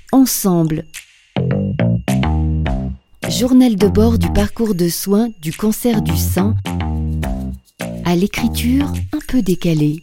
Ensemble. Journal de bord du parcours de soins du cancer du sein, à l'écriture un peu décalée.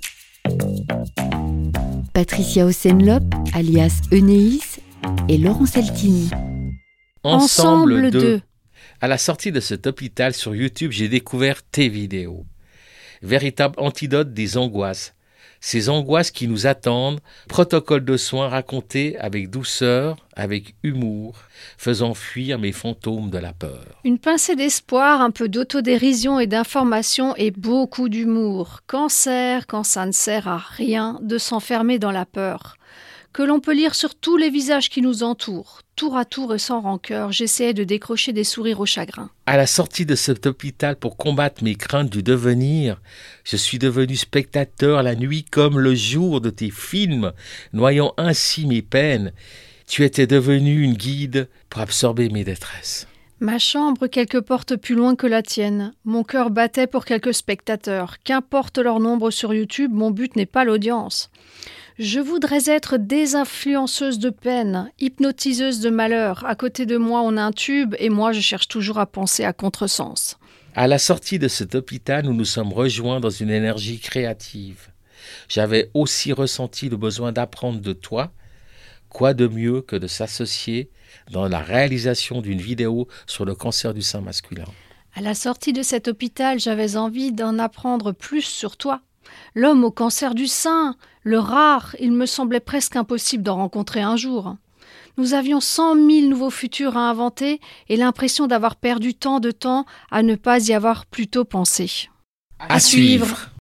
Patricia Osenlop, alias Enéis, et Laurent Saltini. Ensemble 2. À la sortie de cet hôpital sur YouTube, j'ai découvert tes vidéos. Véritable antidote des angoisses. Ces angoisses qui nous attendent, protocole de soins racontés avec douceur, avec humour, faisant fuir mes fantômes de la peur. Une pincée d'espoir, un peu d'autodérision et d'information et beaucoup d'humour. Cancer, quand ça ne sert à rien de s'enfermer dans la peur. Que l'on peut lire sur tous les visages qui nous entourent. Tour à tour et sans rancœur, j'essayais de décrocher des sourires au chagrin. À la sortie de cet hôpital pour combattre mes craintes du devenir, je suis devenu spectateur la nuit comme le jour de tes films, noyant ainsi mes peines. Tu étais devenu une guide pour absorber mes détresses. Ma chambre quelques portes plus loin que la tienne. Mon cœur battait pour quelques spectateurs. Qu'importe leur nombre sur YouTube, mon but n'est pas l'audience. Je voudrais être désinfluenceuse de peine, hypnotiseuse de malheur. À côté de moi, on a un tube et moi, je cherche toujours à penser à contresens. À la sortie de cet hôpital, nous nous sommes rejoints dans une énergie créative. J'avais aussi ressenti le besoin d'apprendre de toi. Quoi de mieux que de s'associer dans la réalisation d'une vidéo sur le cancer du sein masculin. À la sortie de cet hôpital, j'avais envie d'en apprendre plus sur toi. L'homme au cancer du sein, le rare, il me semblait presque impossible d'en rencontrer un jour. Nous avions 100 000 nouveaux futurs à inventer et l'impression d'avoir perdu tant de temps à ne pas y avoir plus tôt pensé. À suivre.